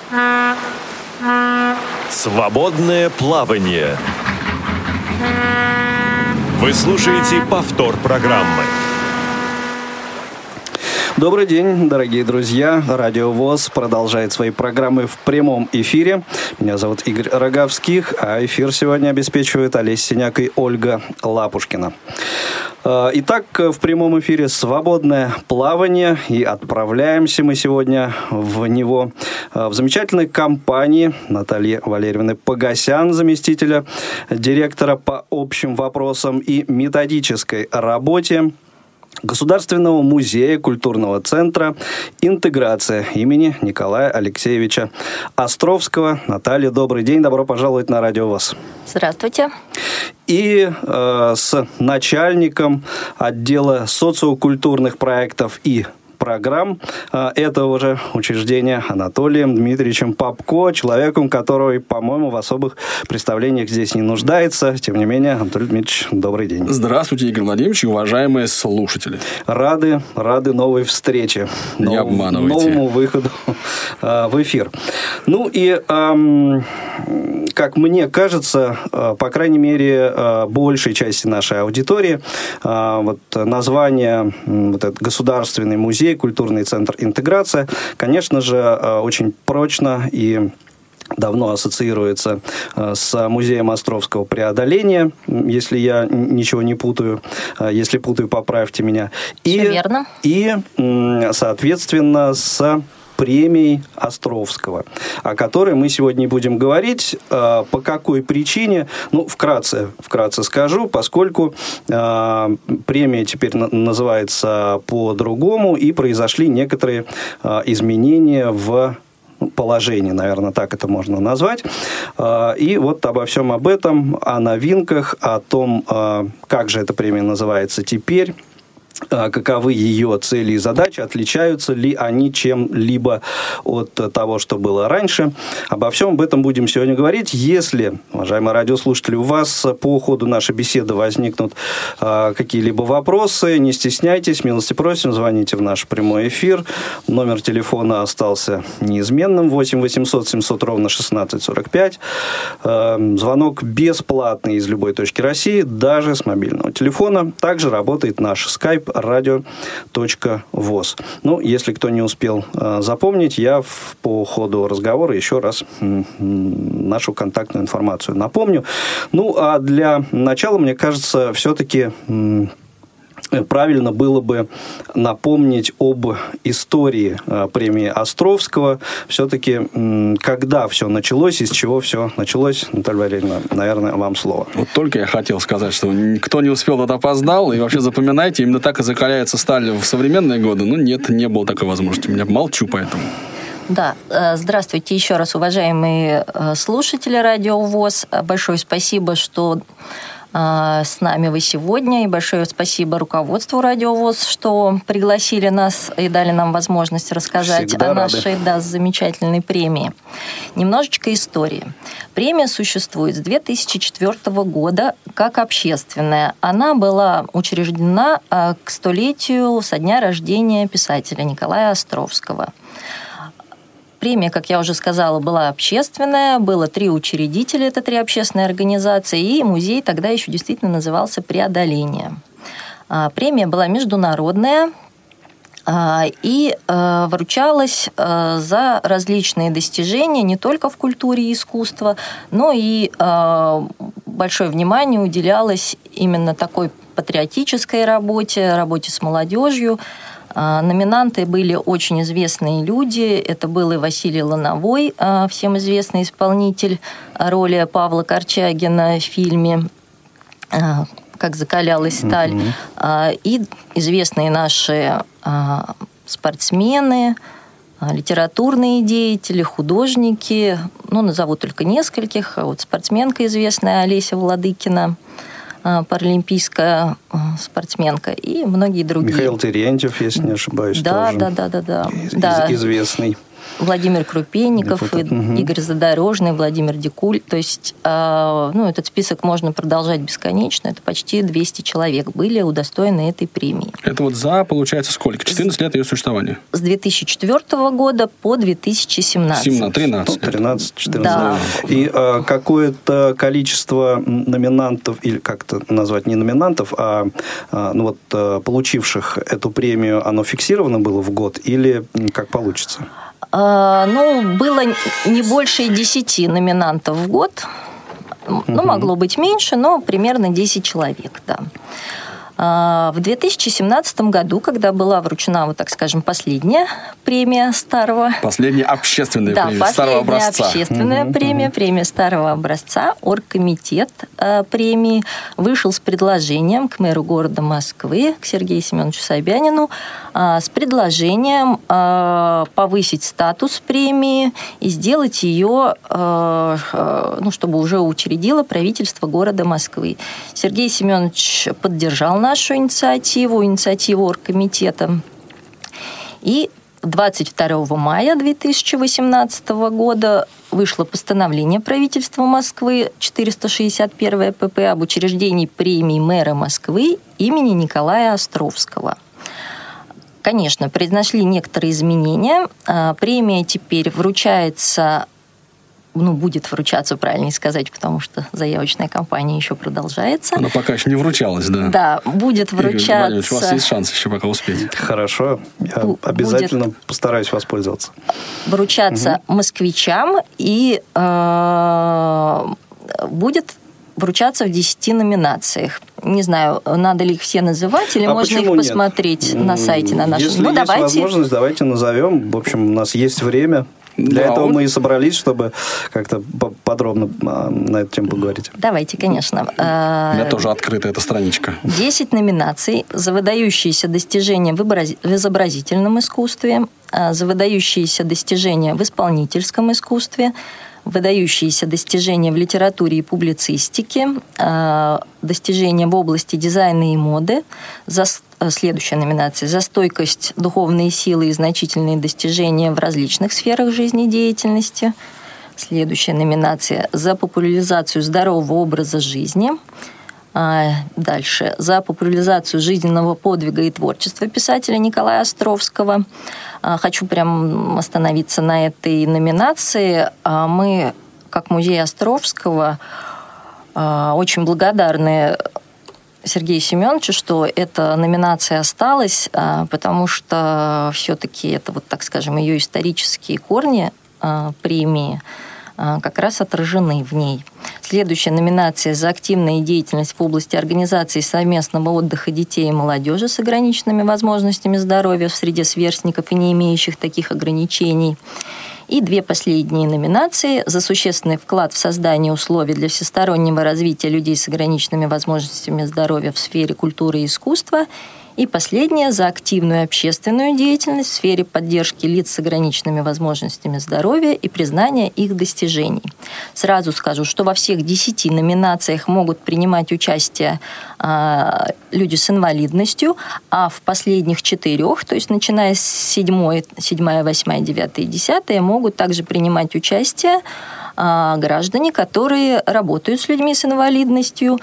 Свободное плавание. Вы слушаете повтор программы. Добрый день, дорогие друзья. Радио ВОС продолжает свои программы в прямом эфире. Меня зовут Игорь Роговских, а эфир сегодня обеспечивают Олеся Синяк и Ольга Лапушкина. Итак, в прямом эфире «Свободное плавание», и отправляемся мы сегодня в него в замечательной компании Натальи Валерьевны Погосян, заместителя директора по общим вопросам и методической работе Государственного музея культурного центра «Интеграция» имени Николая Алексеевича Островского. Наталья, добрый день, добро пожаловать на Радио ВОС. Здравствуйте. И с начальником отдела социокультурных проектов и программ этого же учреждения Анатолием Дмитриевичем Попко, человеком, который, по-моему, в особых представлениях здесь не нуждается. Тем не менее, Анатолий Дмитриевич, добрый день. Здравствуйте, Игорь Владимирович и уважаемые слушатели. Рады новой встрече. Не обманывайте. Новому выходу в эфир. Ну и, как мне кажется, по крайней мере, большей части нашей аудитории, вот название вот этот Государственный музей, культурный центр «Интеграция», конечно же, очень прочно и давно ассоциируется с музеем Островского преодоления, если я ничего не путаю. Если путаю, поправьте меня. Все верно. И, соответственно, с премией Островского, о которой мы сегодня будем говорить. По какой причине? Ну, вкратце скажу, поскольку премия теперь называется по-другому, и произошли некоторые изменения в положении, наверное, так это можно назвать. И вот обо всем об этом, о новинках, о том, как же эта премия называется теперь, каковы ее цели и задачи, отличаются ли они чем-либо от того, что было раньше. Обо всем об этом будем сегодня говорить. Если, уважаемые радиослушатели, у вас по ходу нашей беседы возникнут какие-либо вопросы, не стесняйтесь, милости просим, звоните в наш прямой эфир. Номер телефона остался неизменным, 8 800 700 ровно 1645. Звонок бесплатный из любой точки России, даже с мобильного телефона. Также работает наш скайп radio.voz. Ну, если кто не успел запомнить, я по ходу разговора еще раз нашу контактную информацию напомню. Ну, а для начала, мне кажется, все-таки правильно было бы напомнить об истории премии Островского. Все-таки, когда все началось, из чего все началось, Наталья Валерьевна, наверное, вам слово. Вот только я хотел сказать, что кто не успел, тот опоздал. И вообще запоминайте, именно так и закаляется сталь в современные годы. Но нет, не было такой возможности. Я молчу поэтому. Да, здравствуйте еще раз, уважаемые слушатели Радио ВОС. Большое спасибо, что с нами вы сегодня. И большое спасибо руководству Радио ВОС, что пригласили нас и дали нам возможность рассказать Всегда о нашей замечательной премии. Немножечко истории. Премия существует с 2004 года как общественная. Она была учреждена к 100-летию со дня рождения писателя Николая Островского. Премия, как я уже сказала, была общественная, было 3 учредителя, это 3 общественные организации, и музей тогда еще действительно назывался «Преодоление». Премия была международная и вручалась за различные достижения не только в культуре и искусстве, но и большое внимание уделялось именно такой патриотической работе с молодежью. Номинанты были очень известные люди. Это был и Василий Лановой, всем известный исполнитель роли Павла Корчагина в фильме «Как закалялась сталь». И известные наши спортсмены, литературные деятели, художники. Назову только нескольких. Вот спортсменка известная Олеся Владыкина, паралимпийская спортсменка, и многие другие. Михаил Терентьев, если не ошибаюсь, да, тоже. Да. Известный. Владимир Крупенников, Игорь Задорожный, Владимир Дикуль. То есть, этот список можно продолжать бесконечно. Это почти 200 человек были удостоены этой премии. Это вот за, получается, сколько? 14 лет ее существования? С 2004 года по 2017. 13-14. Да. И какое-то количество номинантов, или как это назвать, не номинантов, а получивших эту премию, оно фиксировано было в год или как получится? Было не больше 10 номинантов в год. Могло быть меньше, но примерно 10 человек, да. В 2017 году, когда была вручена, так скажем, последняя премия старого... Последняя общественная премия старого образца. Общественная премия старого образца, оргкомитет премии вышел с предложением к мэру города Москвы, к Сергею Семеновичу Собянину, с предложением повысить статус премии и сделать ее, чтобы уже учредило правительство города Москвы. Сергей Семенович поддержал нашу инициативу оргкомитета. И 22 мая 2018 года вышло постановление правительства Москвы 461 ПП об учреждении премии мэра Москвы имени Николая Островского. Конечно, произошли некоторые изменения. Премия теперь вручается... будет вручаться, правильнее сказать, потому что заявочная кампания еще продолжается. Она пока еще не вручалась, да? Да, будет вручаться... Игорь Владимирович, у вас есть шанс еще пока успеть. Хорошо, я обязательно постараюсь воспользоваться. Вручаться москвичам и будет вручаться в 10 номинациях. Не знаю, надо ли их все называть, или можно их посмотреть на сайте на нашем. Если есть возможность, давайте назовем. В общем, у нас есть время. Для этого мы и собрались, чтобы как-то подробно на эту тему поговорить. Давайте, конечно. У меня тоже открыта эта страничка. 10 номинаций за выдающиеся достижения в изобразительном искусстве, за выдающиеся достижения в исполнительском искусстве, выдающиеся достижения в литературе и публицистике, достижения в области дизайна и моды, следующая номинация «За стойкость, духовные силы и значительные достижения в различных сферах жизнедеятельности». Следующая номинация «За популяризацию здорового образа жизни». Дальше «За популяризацию жизненного подвига и творчества писателя Николая Островского». Хочу прям остановиться на этой номинации. Мы, как музей Островского, очень благодарны Сергею Семеновичу, что эта номинация осталась, потому что все-таки это, так скажем, ее исторические корни премии как раз отражены в ней. Следующая номинация «За активную деятельность в области организации совместного отдыха детей и молодежи с ограниченными возможностями здоровья в среде сверстников и не имеющих таких ограничений». И 2 последние номинации «За существенный вклад в создание условий для всестороннего развития людей с ограниченными возможностями здоровья в сфере культуры и искусства». И последняя «За активную общественную деятельность в сфере поддержки лиц с ограниченными возможностями здоровья и признания их достижений». Сразу скажу, что во всех 10 номинациях могут принимать участие люди с инвалидностью, а в последних 4, то есть начиная с 7, 8, 9 и 10, могут также принимать участие граждане, которые работают с людьми с инвалидностью.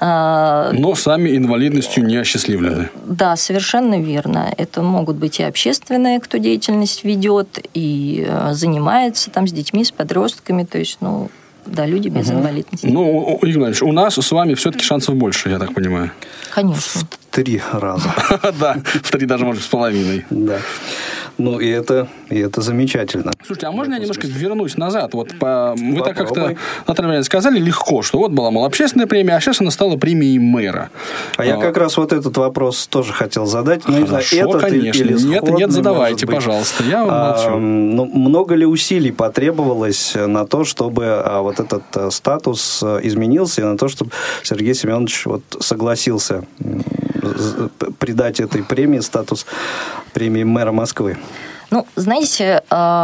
Но сами инвалидностью не осчастливлены. Да, совершенно верно. Это могут быть и общественные, кто деятельность ведет, и занимается там с детьми, с подростками, то есть, люди без инвалидности. Игорь Владимирович, у нас с вами все-таки шансов больше, я так понимаю. Конечно. В 3 раза. Да, в 3 даже, может, с половиной. Да. И это замечательно. Слушайте, а можно я немножко вернусь назад? Вы так как-то, Наталья Владимировна, сказали легко, что была общественная премия, а сейчас она стала премией мэра. А я как раз этот вопрос тоже хотел задать. Хорошо, конечно. Нет, задавайте, пожалуйста. Я молчу. Много ли усилий потребовалось на то, чтобы этот статус изменился, и на то, чтобы Сергей Семенович согласился придать этой премии статус премии мэра Москвы? Знаете,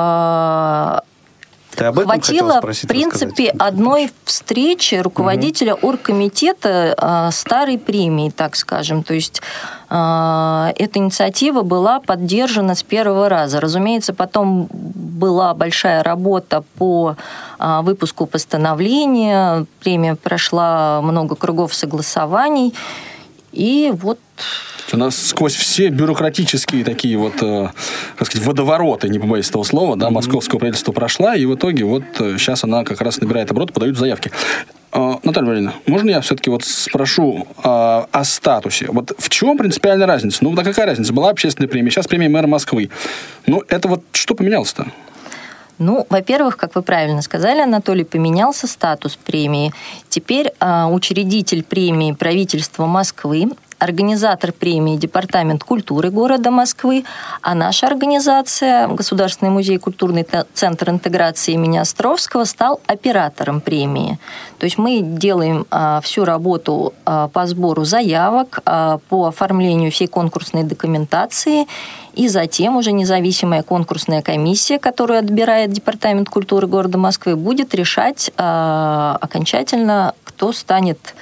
хватило, в принципе, одной встречи руководителя оргкомитета старой премии, так скажем. То есть эта инициатива была поддержана с первого раза. Разумеется, потом была большая работа по выпуску постановления, премия прошла много кругов согласований, и вот... Она сквозь все бюрократические такие вот, как сказать, водовороты, не побоюсь этого слова, да, московского правительства прошла, и в итоге вот сейчас она как раз набирает обороты, подают заявки. Наталья Валерьевна, можно я все-таки вот спрошу о статусе? Вот в чем принципиальная разница? Ну, да какая разница? Была общественная премия, сейчас премия мэра Москвы. Ну, это вот что поменялось-то? Ну, во-первых, как вы правильно сказали, Анатолий, поменялся статус премии. Теперь учредитель премии правительства Москвы, организатор премии Департамент культуры города Москвы, а наша организация, Государственный музей культурный центр интеграции имени Островского, стал оператором премии. То есть мы делаем всю работу по сбору заявок, по оформлению всей конкурсной документации, и затем уже независимая конкурсная комиссия, которую отбирает Департамент культуры города Москвы, будет решать окончательно, кто станет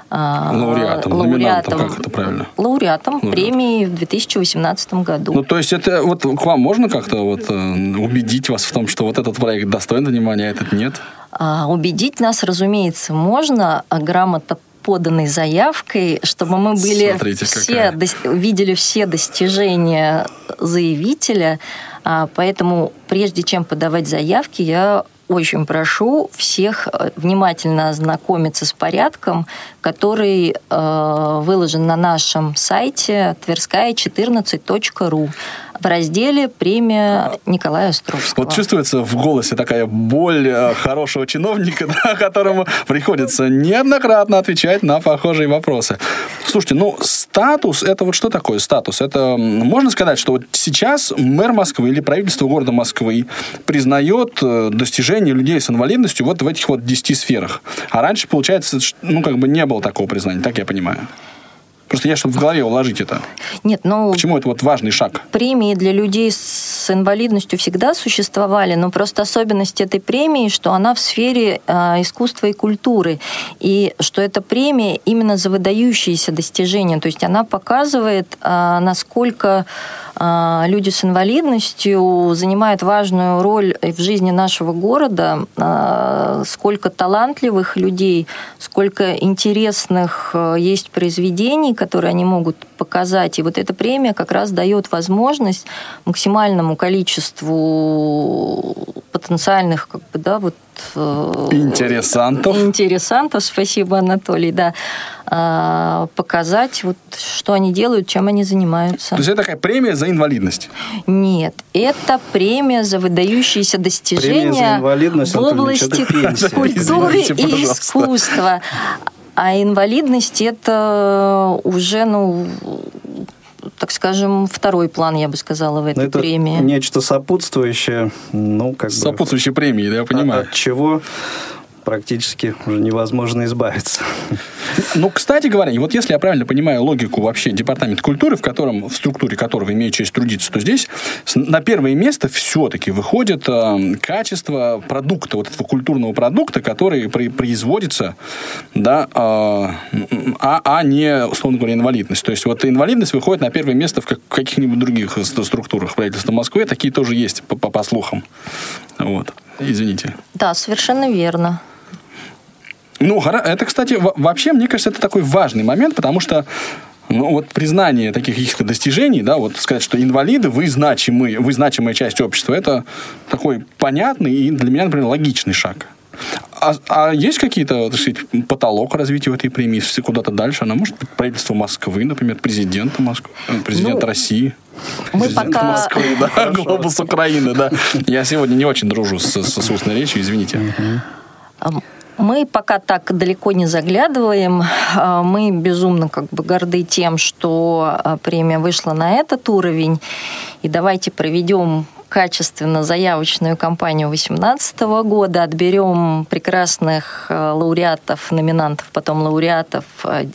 лауреатом, как это правильно? Лауреатом премии в 2018 году. Ну, то есть, это вот к вам можно как-то вот убедить вас в том, что вот этот проект достоин внимания, а этот нет? Убедить нас, разумеется, можно грамотно поданной заявкой, чтобы мы были видели все достижения заявителя. Поэтому прежде чем подавать заявки, я очень прошу всех внимательно ознакомиться с порядком, который выложен на нашем сайте tverskaya14.ru в разделе «Премия Николая Островского». Вот чувствуется в голосе такая боль хорошего чиновника, да, которому приходится неоднократно отвечать на похожие вопросы. Слушайте, ну, статус, это вот что такое статус? Это можно сказать, что вот сейчас мэр Москвы или правительство города Москвы признает достижения людей с инвалидностью вот в этих вот 10 сферах. А раньше, получается, ну, как бы не было такого признания, так я понимаю. Просто я, чтобы в голове уложить это. Нет, ну... Почему это вот важный шаг? Премии для людей с инвалидностью всегда существовали, но просто особенность этой премии, что она в сфере искусства и культуры, и что эта премия именно за выдающиеся достижения, то есть она показывает, насколько люди с инвалидностью занимают важную роль в жизни нашего города, сколько талантливых людей, сколько интересных есть произведений, которые они могут показать. И вот эта премия как раз дает возможность максимальному количеству потенциальных интересантов, спасибо, Анатолий, да, показать, вот, что они делают, чем они занимаются. То есть это такая премия за инвалидность? Нет, это премия за выдающиеся достижения в области культуры и искусства. А инвалидность – это уже, так скажем, второй план, я бы сказала, в этой премии. Это нечто сопутствующее, сопутствующей премии, да, я понимаю. От чего практически уже невозможно избавиться. Ну, кстати говоря, вот если я правильно понимаю логику вообще Департамента культуры, в структуре которого имею честь трудиться, то здесь на первое место все-таки выходит качество продукта, вот этого культурного продукта, который производится, да, а не, условно говоря, инвалидность. То есть вот инвалидность выходит на первое место в каких-нибудь других структурах правительства Москвы, такие тоже есть, по слухам. Вот. Извините. Да, совершенно верно. Ну, это, кстати, вообще, мне кажется, это такой важный момент, потому что вот признание таких каких-то достижений, да, вот сказать, что инвалиды, вы значимая часть общества, это такой понятный и для меня, например, логичный шаг. А есть какие-то, так сказать, потолок развития этой премии куда-то дальше? Она может быть правительство Москвы, например, президента Москвы, президента России. Президент Москвы, да, глобус Украины, да. Я сегодня не очень дружу с устной речью, извините. Мы пока так далеко не заглядываем. Мы безумно горды тем, что премия вышла на этот уровень. И давайте проведем качественно заявочную кампанию 2018 года, отберем прекрасных лауреатов, номинантов, потом лауреатов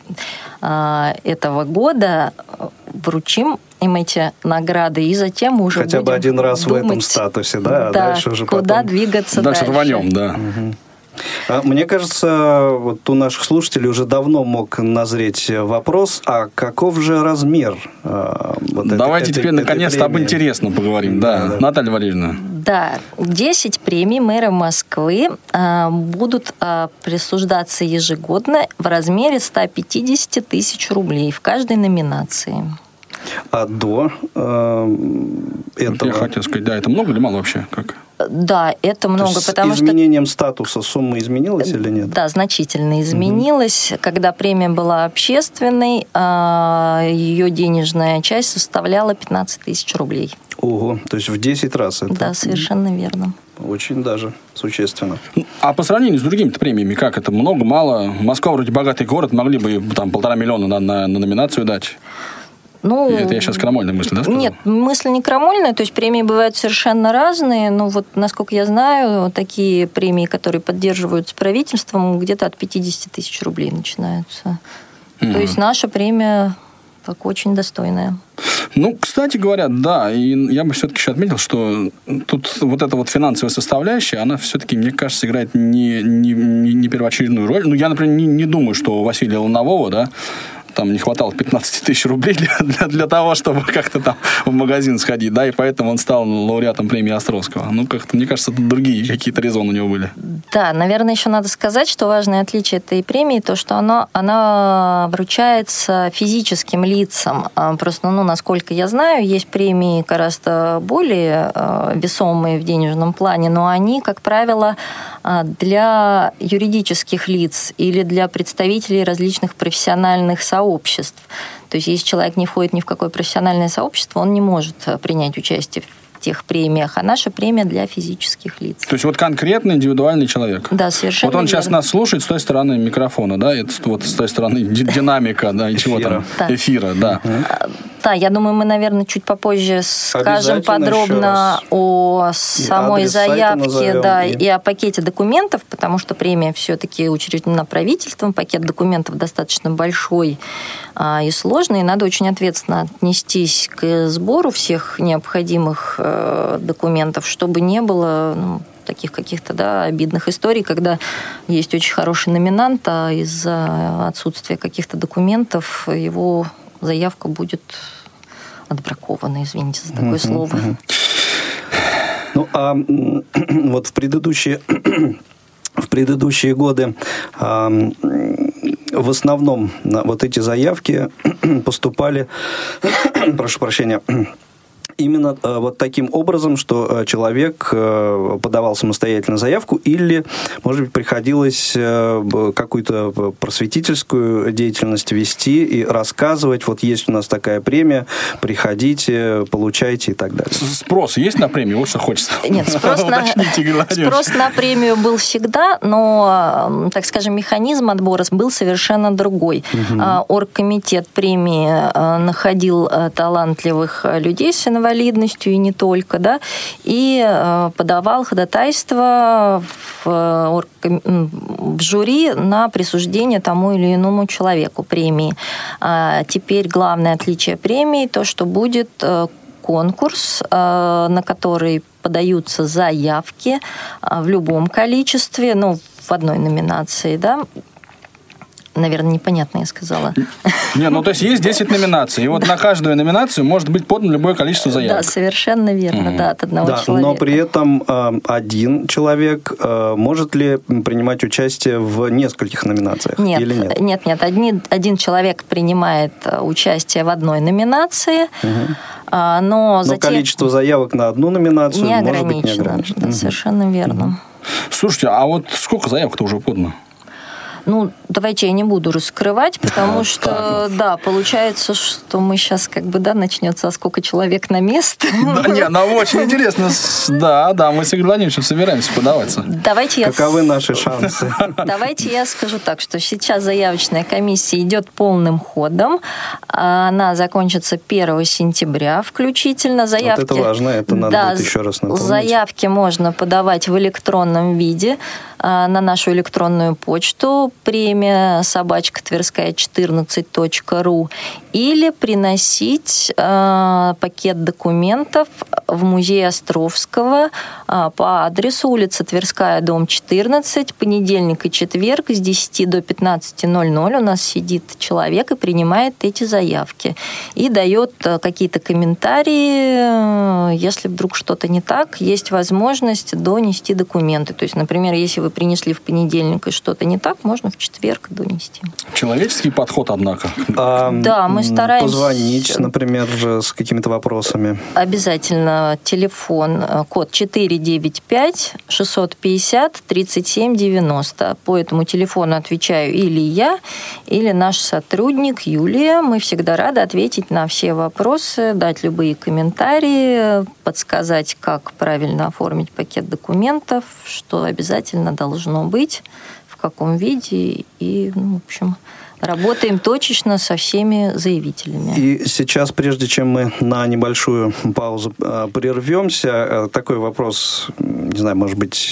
этого года, вручим им эти награды, и затем уже хотя бы один раз думать, в этом статусе, да, а да, дальше уже куда двигаться дальше. Дальше рванем, да. Мне кажется, вот у наших слушателей уже давно мог назреть вопрос, а каков же размер Давайте теперь наконец-то об интересном поговорим. Да. Наталья Валерьевна. Да, 10 премий мэра Москвы будут присуждаться ежегодно в размере 150 тысяч рублей в каждой номинации. А до этого... Я хотел сказать, да, это много или мало вообще? Как? Да, это много, потому что... С изменением статуса сумма изменилась или нет? Да, значительно изменилась. Когда премия была общественной, ее денежная часть составляла 15 тысяч рублей. Ого, то есть в 10 раз это? Да, совершенно верно. Очень даже существенно. А по сравнению с другими-то премиями, как это? Много, мало? Москва вроде богатый город, могли бы там 1,5 миллиона на номинацию дать. Ну, это я сейчас крамольная мысль, да, сказал? Нет, мысль не крамольная, то есть премии бывают совершенно разные, но вот, насколько я знаю, такие премии, которые поддерживаются правительством, где-то от 50 тысяч рублей начинаются. То есть наша премия так очень достойная. Ну, кстати говоря, да, и я бы все-таки еще отметил, что тут вот эта вот финансовая составляющая, она все-таки, мне кажется, играет не первоочередную роль. Ну, я, например, не думаю, что у Василия Ланового, да, там не хватало 15 тысяч рублей для того, чтобы как-то там в магазин сходить, да, и поэтому он стал лауреатом премии Островского. Ну, как-то, мне кажется, другие какие-то резоны у него были. Да, наверное, еще надо сказать, что важное отличие этой премии, то, что она вручается физическим лицам. Просто, насколько я знаю, есть премии гораздо более весомые в денежном плане, но они, как правило, для юридических лиц или для представителей различных профессиональных сообществ. То есть, если человек не входит ни в какое профессиональное сообщество, он не может принять участие в тех премиях, а наша премия для физических лиц. То есть, вот конкретно индивидуальный человек. Да, совершенно Вот он верно. Сейчас нас слушает с той стороны микрофона, да, это вот с той стороны динамика, да, и чего там, эфира, да. Да, я думаю, мы, наверное, чуть попозже скажем подробно о самой заявке, да, и о пакете документов, потому что премия все-таки учреждена правительством, пакет документов достаточно большой и сложный, и надо очень ответственно отнестись к сбору всех необходимых документов, чтобы не было таких каких-то обидных историй, когда есть очень хороший номинант, а из-за отсутствия каких-то документов его заявка будет отбракована, извините за такое слово. Ну, а вот в предыдущие годы в основном вот эти заявки поступали, прошу прощения, именно вот таким образом, что человек подавал самостоятельно заявку или, может быть, приходилось какую-то просветительскую деятельность вести и рассказывать, вот есть у нас такая премия, приходите, получайте и так далее. Спрос есть на премию? Вот что хочется. Нет, спрос на премию был всегда, но, так скажем, механизм отбора был совершенно другой. Оргкомитет премии находил талантливых людей с инвалидностью и не только, да, и подавал ходатайство в жюри на присуждение тому или иному человеку премии. Теперь главное отличие премии то, что будет конкурс, на который подаются заявки в любом количестве, в одной номинации, да. Наверное, непонятно я сказала. То есть есть 10 номинаций, и вот на каждую номинацию может быть подано любое количество заявок. Да, совершенно верно, да, от одного человека. Но при этом один человек может ли принимать участие в нескольких номинациях? Нет, или нет? Нет. Один человек принимает участие в одной номинации, но затем... количество заявок на одну номинацию может быть не ограничено. Да, совершенно верно. Слушайте, а вот сколько заявок-то уже подано? Давайте я не буду раскрывать, потому что, получается, что мы сейчас начнется, сколько человек на место. Очень интересно. Да, мы с Игорем Владимировичем собираемся подаваться. Каковы наши шансы? Давайте я скажу так, что сейчас заявочная комиссия идет полным ходом. Она закончится 1 сентября включительно. Заявки, это важно, это надо будет еще раз напомнить. Заявки можно подавать в электронном виде. на нашу электронную почту премия@тверская14.ру или приносить пакет документов в музей Островского по адресу улица Тверская, дом 14, понедельник и четверг с 10 до 15:00 у нас сидит человек и принимает эти заявки. И дает какие-то комментарии. Если вдруг что-то не так, есть возможность донести документы. То есть, например, если вы принесли в понедельник и что-то не так, можно в четверг донести. Человеческий подход, однако. Да, мы стараемся... Позвонить, например, с какими-то вопросами. Обязательно телефон, код 495-650-37-90. По этому телефону отвечаю или я, или наш сотрудник Юлия. Мы всегда рады ответить на все вопросы, дать любые комментарии, подсказать, как правильно оформить пакет документов, что обязательно должно быть, в каком виде. И, в общем, работаем точечно со всеми заявителями. И сейчас, прежде чем мы на небольшую паузу прервемся, такой вопрос, не знаю, может быть,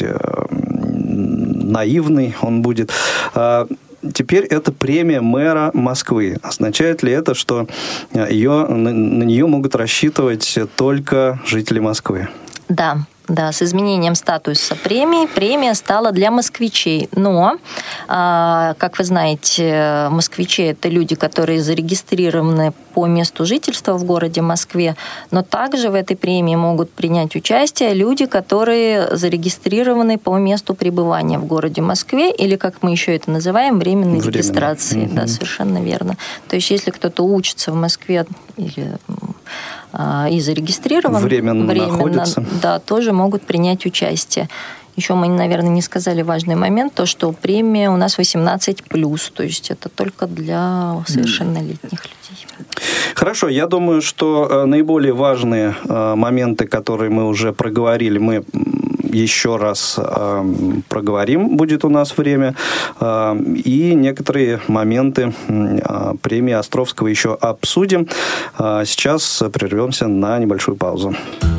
наивный он будет. Теперь это премия мэра Москвы. Означает ли это, что на нее могут рассчитывать только жители Москвы? Да. Да, с изменением статуса премии премия стала для москвичей. Но, как вы знаете, москвичи – это люди, которые зарегистрированы по месту жительства в городе Москве, но также в этой премии могут принять участие люди, которые зарегистрированы по месту пребывания в городе Москве, или, как мы еще это называем, временной регистрации. Да, совершенно верно. То есть, если кто-то учится в Москве или и зарегистрирован временно находится, да, тоже могут принять участие. Еще мы, наверное, не сказали важный момент, то, что премия у нас 18+, то есть это только для совершеннолетних людей. Хорошо, я думаю, что наиболее важные моменты, которые мы уже проговорили, мы еще раз проговорим, будет у нас время, и некоторые моменты премии Островского еще обсудим. Сейчас прервемся на небольшую паузу.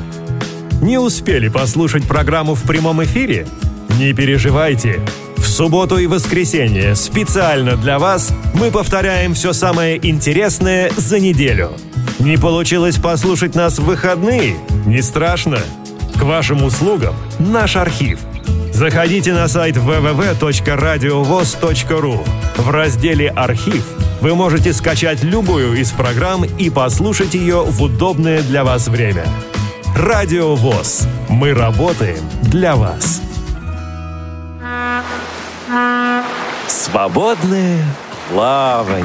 Не успели послушать программу в прямом эфире? Не переживайте. В субботу и воскресенье специально для вас мы повторяем все самое интересное за неделю. Не получилось послушать нас в выходные? Не страшно. К вашим услугам наш архив. Заходите на сайт www.radiovoz.ru. В разделе «Архив» вы можете скачать любую из программ и послушать ее в удобное для вас время. Радио ВОС. Мы работаем для вас. Свободное плавание.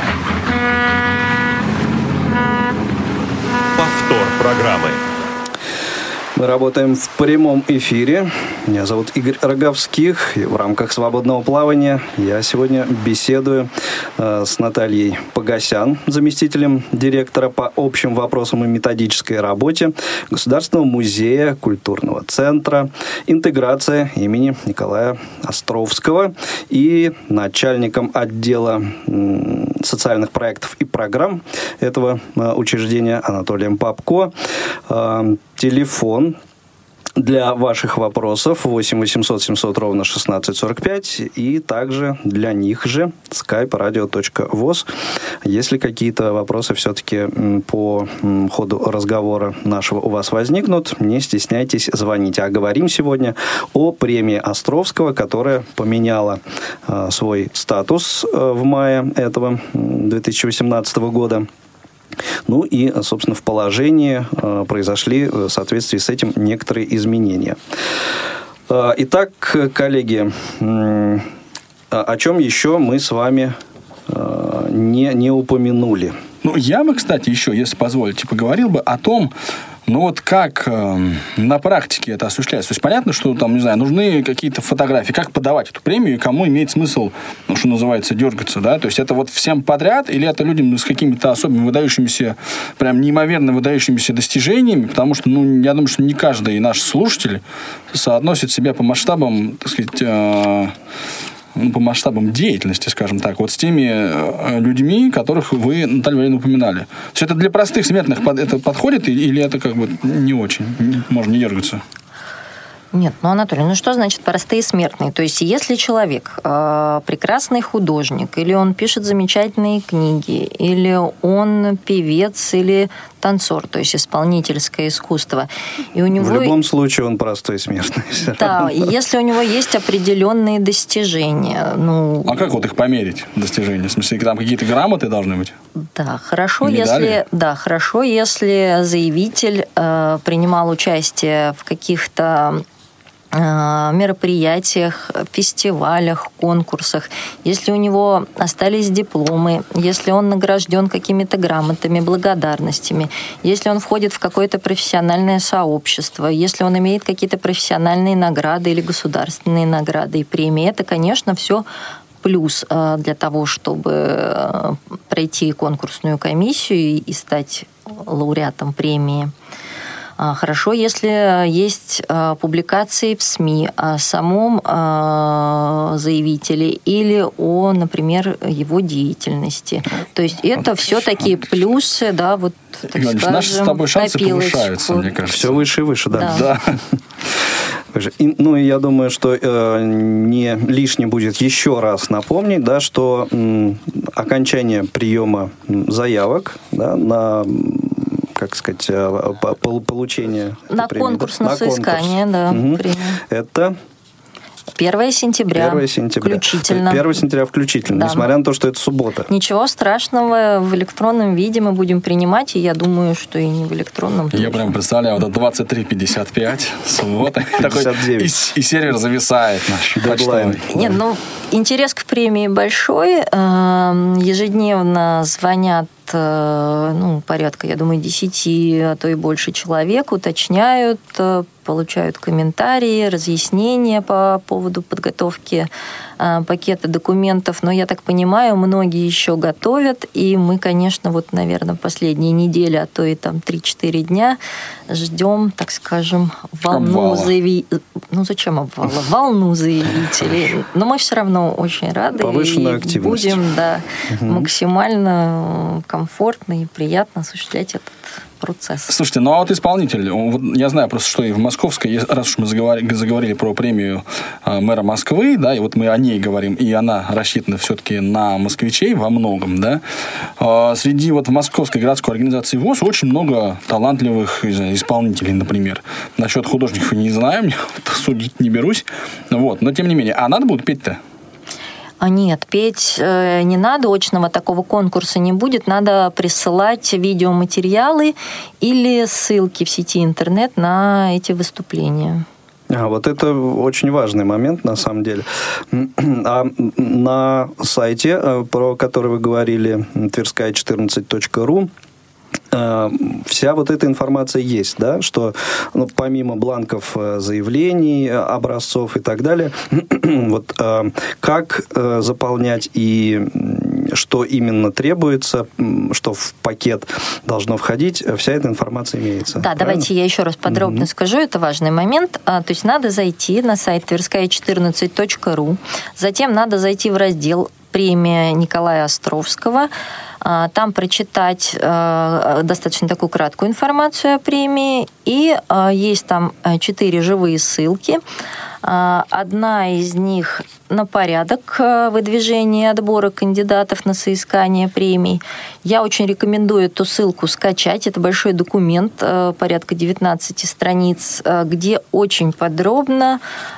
Повтор программы. Мы работаем в прямом эфире. Меня зовут Игорь Роговских. И в рамках свободного плавания я сегодня беседую с Натальей Погосян, заместителем директора по общим вопросам и методической работе Государственного музея культурного центра «Интеграция» имени Николая Островского и начальником отдела социальных проектов и программ этого учреждения Анатолием Попко. Телефон для ваших вопросов 8 800 700 ровно 1645 и также для них же skype radio.voz. Если какие-то вопросы все-таки по ходу разговора нашего у вас возникнут, не стесняйтесь звонить. А говорим сегодня о премии Островского, которая поменяла свой статус в мае этого 2018 года. Ну и, собственно, в положении произошли в соответствии с этим некоторые изменения. Итак, коллеги, о чем еще мы с вами не упомянули? Ну, я бы, кстати, еще, если позволите, поговорил бы о том, ну вот как на практике это осуществляется. То есть понятно, что там, не знаю, нужны какие-то фотографии, как подавать эту премию и кому имеет смысл, ну, что называется, дергаться, да? То есть это вот всем подряд или это людям с какими-то особыми выдающимися, прям неимоверно выдающимися достижениями, потому что, ну, я думаю, что не каждый наш слушатель соотносит себя по масштабам, так сказать, по масштабам деятельности, скажем так, вот с теми людьми, которых вы, Наталья Валерьевна, упоминали. То есть это для простых смертных это подходит или это как бы не очень? Можно не дергаться? Нет, Анатолий, что значит простые смертные? То есть, если человек прекрасный художник, или он пишет замечательные книги, или он певец, или танцор, то есть исполнительское искусство, и у него... В любом случае он простой смертный. Да, и если у него есть определенные достижения. А как вот их померить, достижения? В смысле, там какие-то грамоты должны быть? Да, хорошо, если заявитель принимал участие в каких-то мероприятиях, фестивалях, конкурсах, если у него остались дипломы, если он награжден какими-то грамотами, благодарностями, если он входит в какое-то профессиональное сообщество, если он имеет какие-то профессиональные награды или государственные награды и премии, это, конечно, все плюс для того, чтобы пройти конкурсную комиссию и стать лауреатом премии. Хорошо, если есть публикации в СМИ о самом заявителе или о, например, его деятельности. То есть это все такие плюсы, да, вот, так скажем, наши с тобой шансы повышаются, мне кажется. Все выше и выше, да. Да. И я думаю, что не лишним будет еще раз напомнить, да, что окончание приема заявок, да, на, как сказать, получение на премии, конкурс на соискание, да, премии. Это 1 сентября. 1 сентября. Включительно. 1 сентября включительно, да. Несмотря на то, что это суббота. Ничего страшного, в электронном виде мы будем принимать, и я думаю, что и не в электронном тоже. Я прям представляю, вот 23:55, суббота, и сервер зависает наш почтовый. Нет, интерес к премии большой. Ежедневно звонят порядка, я думаю, 10, а то и больше человек, уточняют, получают комментарии, разъяснения по поводу подготовки пакета документов. Но, я так понимаю, многие еще готовят, и мы, конечно, наверное, последние недели, а то и 3-4 дня ждем, так скажем, волну заявителей. Зачем обвала? Волну заявителей. Но мы все равно очень рады. Повышенную активность. Будем, максимально комфортно и приятно осуществлять этот процесс. Слушайте, а вот исполнитель, я знаю просто, что и в Московской, раз уж мы заговорили про премию мэра Москвы, да, и вот мы о ней говорим, и она рассчитана все-таки на москвичей во многом, да, среди в Московской городской организации ВОС очень много талантливых исполнителей, например. Насчет художников не знаю, судить не берусь, но тем не менее, а надо будет петь-то? Нет, петь не надо, очного такого конкурса не будет. Надо присылать видеоматериалы или ссылки в сети интернет на эти выступления. Вот это очень важный момент, на самом деле. А на сайте, про который вы говорили, tverskaya14.ru, вся эта информация есть, да, что помимо бланков заявлений, образцов и так далее, как заполнять и что именно требуется, что в пакет должно входить, вся эта информация имеется. Да, правильно? Давайте я еще раз подробно скажу, это важный момент. То есть надо зайти на сайт tverskaya14.ru, затем надо зайти в раздел «Премия Николая Островского», там прочитать достаточно такую краткую информацию о премии, и есть там 4 живые ссылки. Одна из них на порядок выдвижения и отбора кандидатов на соискание премий. Я очень рекомендую эту ссылку скачать. Это большой документ, порядка 19 страниц, где очень подробно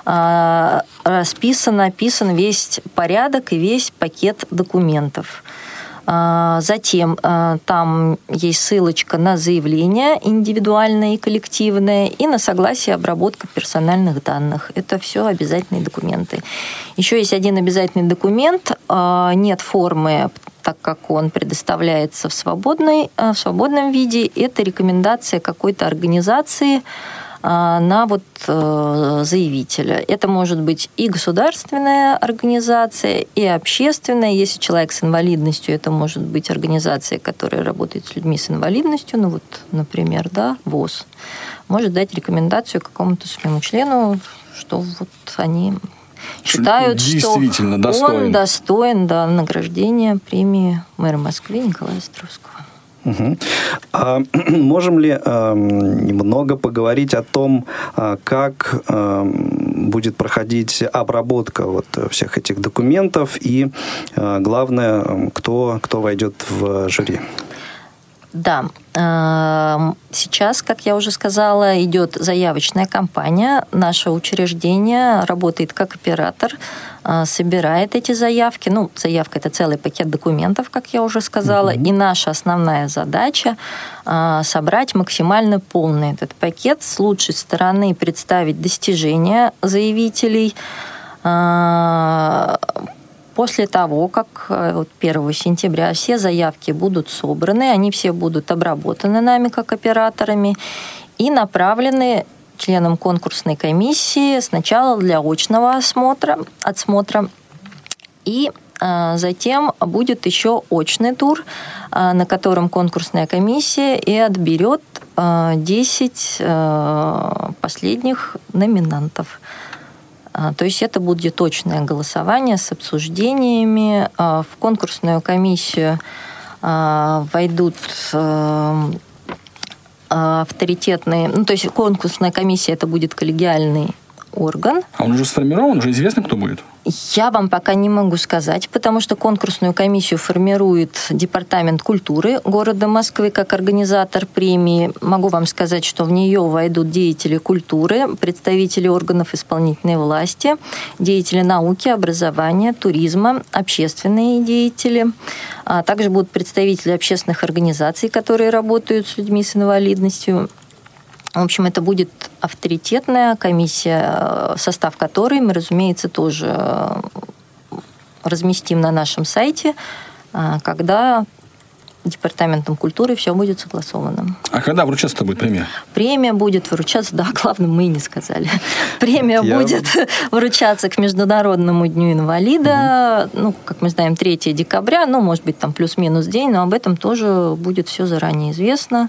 описан весь порядок и весь пакет документов. Затем там есть ссылочка на заявление индивидуальное и коллективное и на согласие обработка персональных данных. Это все обязательные документы. Еще есть один обязательный документ. Нет формы, так как он предоставляется в свободном виде. Это рекомендация какой-то организации на заявителя. Это может быть и государственная организация, и общественная. Если человек с инвалидностью, это может быть организация, которая работает с людьми с инвалидностью, например, ВОС, может дать рекомендацию какому-то своему члену, что они считают, что он достоин награждения премии мэра Москвы Николая Островского. Угу. Можем ли немного поговорить о том, как будет проходить обработка вот всех этих документов и, главное, кто войдет в жюри? Да, сейчас, как я уже сказала, идет заявочная кампания. Наше учреждение работает как оператор, собирает эти заявки. Ну, заявка – это целый пакет документов, как я уже сказала. И наша основная задача – собрать максимально полный этот пакет, с лучшей стороны представить достижения заявителей. После того, как 1 сентября все заявки будут собраны, они все будут обработаны нами как операторами и направлены членам конкурсной комиссии сначала для очного отсмотра, и затем будет еще очный тур, на котором конкурсная комиссия и отберет 10 последних номинантов. То есть это будет точное голосование с обсуждениями. В конкурсную комиссию войдут авторитетные... Ну, то есть конкурсная комиссия – это будет коллегиальный орган. А он уже сформирован? Уже известно, кто будет? Я вам пока не могу сказать, потому что конкурсную комиссию формирует Департамент культуры города Москвы как организатор премии. Могу вам сказать, что в нее войдут деятели культуры, представители органов исполнительной власти, деятели науки, образования, туризма, общественные деятели. А также будут представители общественных организаций, которые работают с людьми с инвалидностью. В общем, это будет авторитетная комиссия, состав которой мы, разумеется, тоже разместим на нашем сайте, когда Департаментом культуры все будет согласовано. А когда вручаться-то будет премия? Премия будет вручаться, да, главное, мы и не сказали. Премия будет вручаться к Международному дню инвалида, ну, как мы знаем, 3 декабря, ну, может быть, там плюс-минус день, но об этом тоже будет все заранее известно.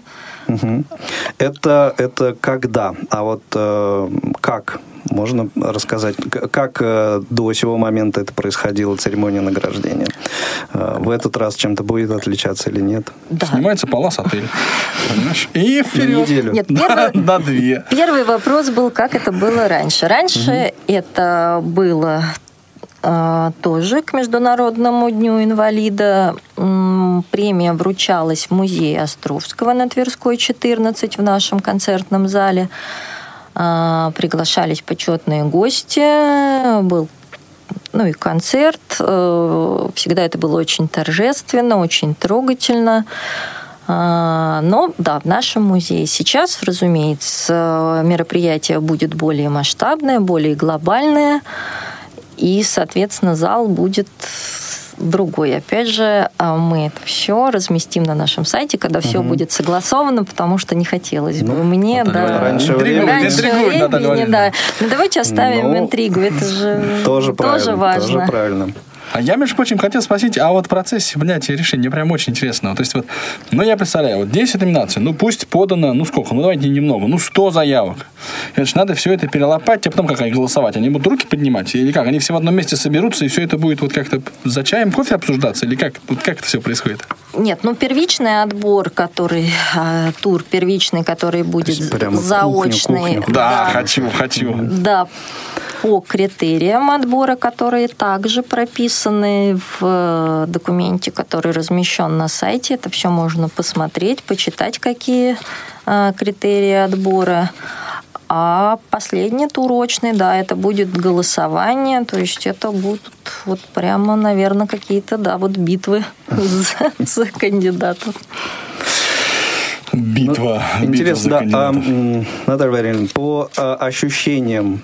Это когда? А вот как? Можно рассказать, как до сего момента это происходило, церемония награждения? В этот раз чем-то будет отличаться или нет? Да. Снимается палас-отель. Понимаешь? И вперед. Неделю. Нет, на 2. Первый вопрос был, как это было раньше. Раньше это было тоже к Международному дню инвалида. Премия вручалась в музее Островского на Тверской, 14 в нашем концертном зале. Приглашались почетные гости, был и концерт. Всегда это было очень торжественно, очень трогательно. Но, да, в нашем музее сейчас, разумеется, мероприятие будет более масштабное, более глобальное, и, соответственно, зал будет другой. Опять же, мы это все разместим на нашем сайте, когда все будет согласовано, потому что не хотелось бы мне... Вот да, раньше времени, да. Но давайте оставим интригу, это же тоже важно. Тоже правильно. А я, между прочим, хотел спросить, а вот в процессе принятия решения мне прям очень интересно. То есть, вот, я представляю, 10 номинаций, пусть подано, сколько, давайте немного, 100 заявок. Это же надо все это перелопать, а потом как они голосовать? Они будут руки поднимать? Или как? Они все в одном месте соберутся, и все это будет вот как-то за чаем, кофе обсуждаться? Или как? Вот как это все происходит? Нет, первичный отбор, тур первичный, который будет заочный. Кухню. Да, хочу. Да, по критериям отбора, которые также прописаны в документе, который размещен на сайте. Это все можно посмотреть, почитать, какие критерии отбора. А последний тур очный, да, это будет голосование, то есть это будут прямо, наверное, какие-то, битвы за кандидатов. Битва. Интересно, да. Наталья Валерьевна, по ощущениям,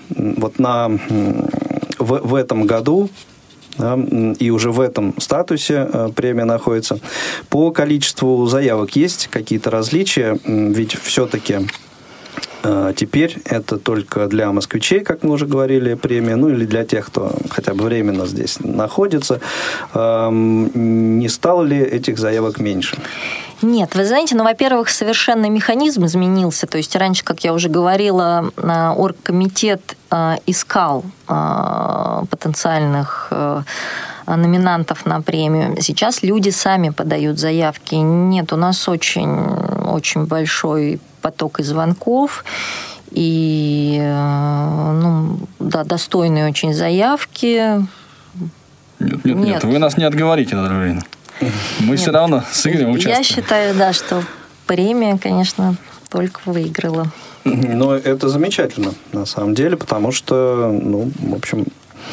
в этом году, да, и уже в этом статусе премия находится, по количеству заявок есть какие-то различия? Ведь все-таки теперь это только для москвичей, как мы уже говорили, премия, или для тех, кто хотя бы временно здесь находится. Не стало ли этих заявок меньше? Нет, вы знаете, во-первых, совершенно механизм изменился. То есть раньше, как я уже говорила, оргкомитет искал потенциальных номинантов на премию. Сейчас люди сами подают заявки. Нет, у нас очень большой поток из звонков. И достойные очень заявки. Нет, вы нас не отговорите, Наталья Валерьевна. Мы все равно с Игорем участвуем. Я считаю, да, что премия, конечно, только выиграла. Но это замечательно, на самом деле, потому что, в общем,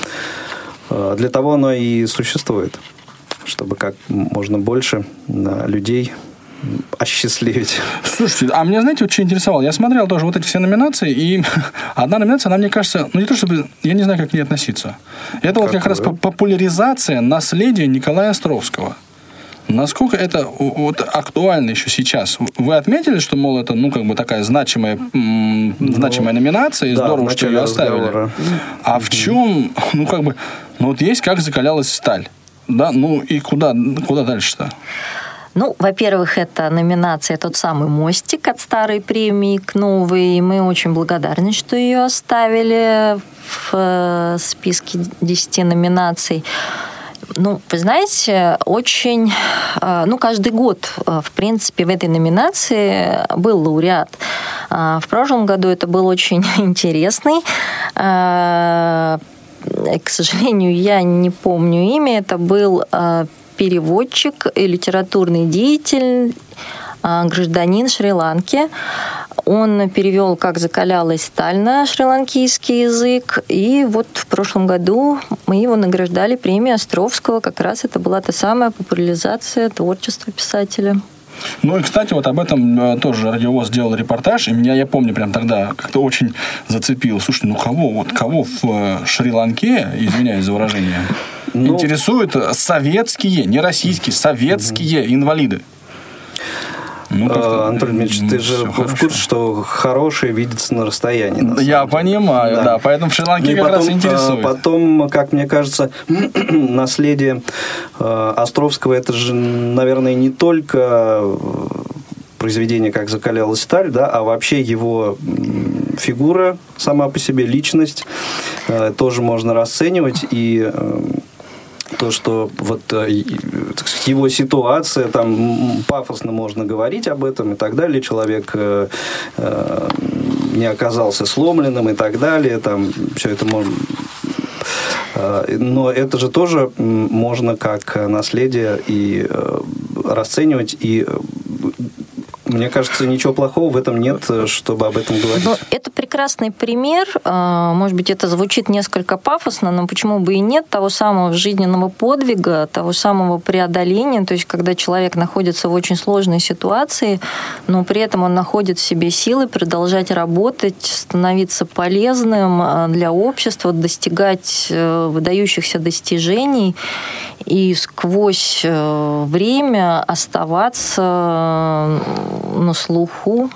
для того оно и существует, чтобы как можно больше людей осчастливить. Слушайте, а меня, знаете, очень интересовало. Я смотрел тоже вот эти все номинации, и одна номинация, она, мне кажется, не то чтобы... Я не знаю, как к ней относиться. Это вот как раз популяризация наследия Николая Островского. Насколько это вот актуально еще сейчас? Вы отметили, что, мол, это, такая значимая номинация, и да, здорово, что ее оставили. Разговора. А в чем, вот есть «Как закалялась сталь». Да, и куда дальше-то? Во-первых, это номинация, тот самый мостик от старой премии к новой. И мы очень благодарны, что ее оставили в списке 10 номинаций. Вы знаете, очень... каждый год, в принципе, в этой номинации был лауреат. В прошлом году это был очень интересный. К сожалению, я не помню имя. Это был переводчик и литературный деятель, гражданин Шри-Ланки. Он перевел «Как закалялась сталь» на шри-ланкийский язык. И вот в прошлом году мы его награждали премией Островского. Как раз это была та самая популяризация творчества писателя. И, кстати, вот об этом тоже Радиовоз сделал репортаж, и я помню, прям тогда как-то очень зацепил. Слушайте, кого в Шри-Ланке, извиняюсь за выражение, интересуют советские, не российские, советские инвалиды? Анатолий Дмитриевич, ты же в курсе, что хорошее видится на расстоянии. Я понимаю, да, поэтому в Шри-Ланке как раз интересует. Потом, как мне кажется, наследие Островского, это же, наверное, не только произведение «Как закалялась сталь», да, а вообще его фигура сама по себе, личность, тоже можно расценивать, и то, что его ситуация, там пафосно можно говорить об этом и так далее, человек не оказался сломленным и так далее, там все это можно... Но это же тоже можно как наследие и расценивать, и мне кажется, ничего плохого в этом нет, чтобы об этом говорить. Это прекрасный пример. Может быть, это звучит несколько пафосно, но почему бы и нет того самого жизненного подвига, того самого преодоления. То есть, когда человек находится в очень сложной ситуации, но при этом он находит в себе силы продолжать работать, становиться полезным для общества, достигать выдающихся достижений и сквозь время оставаться на слуху.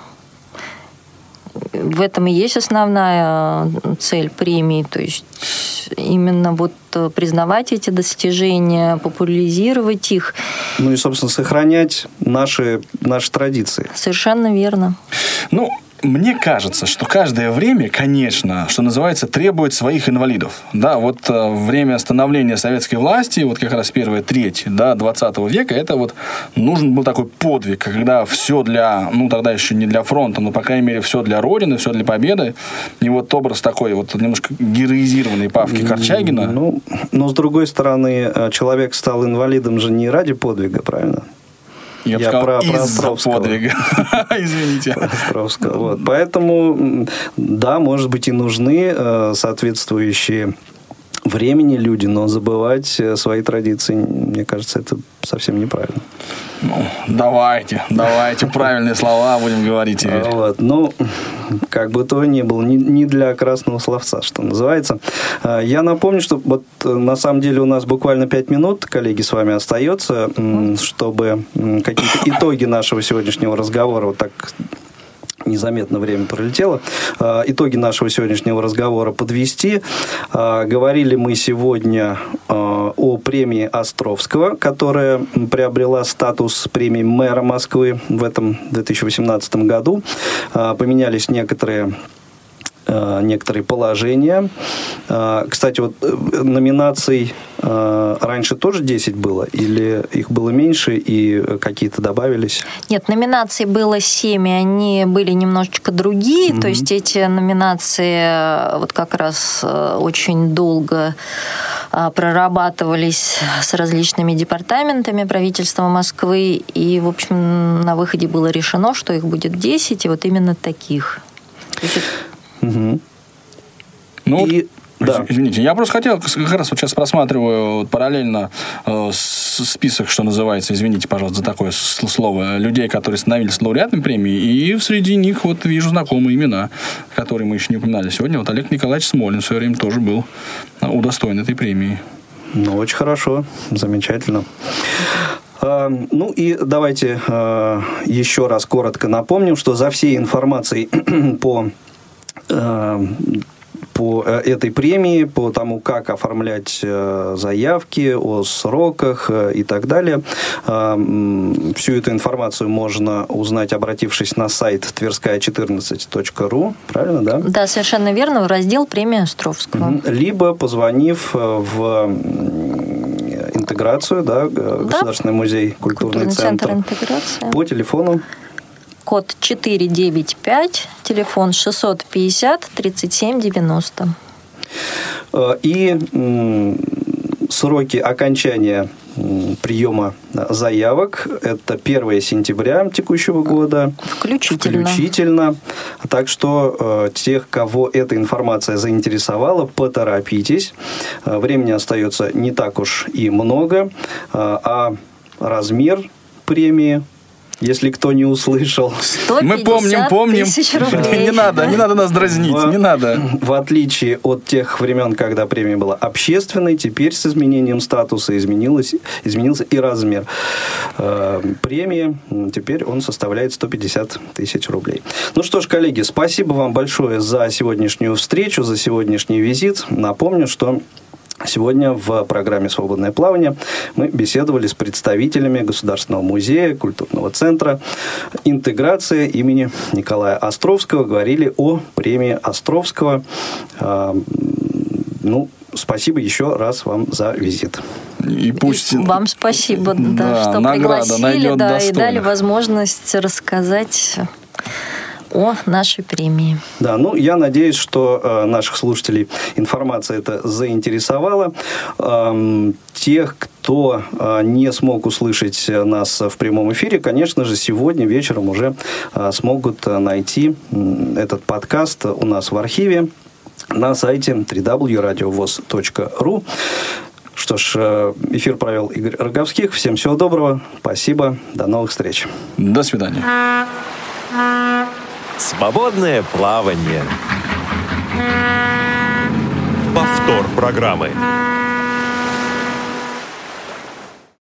В этом и есть основная цель премии. То есть именно признавать эти достижения, популяризировать их. И, собственно, сохранять наши традиции. Совершенно верно. Мне кажется, что каждое время, конечно, что называется, требует своих инвалидов. Да, время становления советской власти, как раз первая треть 20 века, это нужен был такой подвиг, когда все для, тогда еще не для фронта, но, по крайней мере, все для Родины, все для победы. И образ такой немножко героизированной Павки Корчагина. Но, с другой стороны, человек стал инвалидом же не ради подвига, правильно? Я сказал, про Островского. Подвига. Извините. Про Островского. Поэтому, да, может быть, и нужны соответствующие времени люди, но забывать свои традиции, мне кажется, это совсем неправильно. Давайте правильные слова будем говорить теперь. Как бы то ни было, не для красного словца, что называется. Я напомню, что на самом деле у нас буквально 5 минут, коллеги, с вами остается, чтобы какие-то итоги нашего сегодняшнего разговора, так незаметно время пролетело, итоги нашего сегодняшнего разговора подвести. Говорили мы сегодня о премии Островского, которая приобрела статус премии мэра Москвы в этом 2018 году. Поменялись некоторые некоторые положения. Кстати, вот номинаций раньше тоже 10 было? Или их было меньше и какие-то добавились? Нет, номинаций было 7, и они были немножечко другие. То есть эти номинации вот как раз очень долго прорабатывались с различными департаментами правительства Москвы. И, в общем, на выходе было решено, что их будет 10, и вот именно таких. Ну, и... Да. Извините, я просто хотел, как раз вот сейчас просматриваю вот параллельно список, что называется, извините, пожалуйста, за такое слово, людей, которые становились лауреатами премии, и среди них вот вижу знакомые имена, которые мы еще не упоминали сегодня. Вот Олег Николаевич Смолин в свое время тоже был удостоен этой премии. Ну, очень хорошо, замечательно. Ну и давайте еще раз коротко напомним, что за всей информацией по этой премии, по тому, как оформлять заявки, о сроках и так далее. Всю эту информацию можно узнать, обратившись на сайт tverskaya14.ru, правильно, да? Да, совершенно верно, в раздел «Премия Островского». Либо позвонив в интеграцию, да, Государственный музей, культурный центр интеграции. По телефону. Код 495, телефон 650-37-90. И сроки окончания приема заявок – это 1 сентября текущего года. Включительно. Так что тех, кого эта информация заинтересовала, поторопитесь. Времени остается не так уж и много, а размер премии, если кто не услышал. Мы помним. Тысяч рублей. Не надо нас дразнить, не надо. В отличие от тех времен, когда премия была общественной, теперь с изменением статуса изменился и размер премии. Теперь он составляет 150 тысяч рублей. Ну что ж, коллеги, спасибо вам большое за сегодняшнюю встречу, за сегодняшний визит. Напомню, что сегодня в программе «Свободное плавание» мы беседовали с представителями Государственного музея, культурного центра «Интеграция» имени Николая Островского. Говорили о премии Островского. Спасибо еще раз вам за визит. И пусть... Вам спасибо, что пригласили, и дали возможность рассказать о нашей премии. Да, я надеюсь, что наших слушателей информация эта заинтересовала. Тех, кто не смог услышать нас в прямом эфире, конечно же, сегодня вечером уже смогут найти этот подкаст у нас в архиве на сайте www.radiovoz.ru. Что ж, эфир провел Игорь Роговских. Всем всего доброго. Спасибо. До новых встреч. До свидания. Свободное плавание. Повтор программы.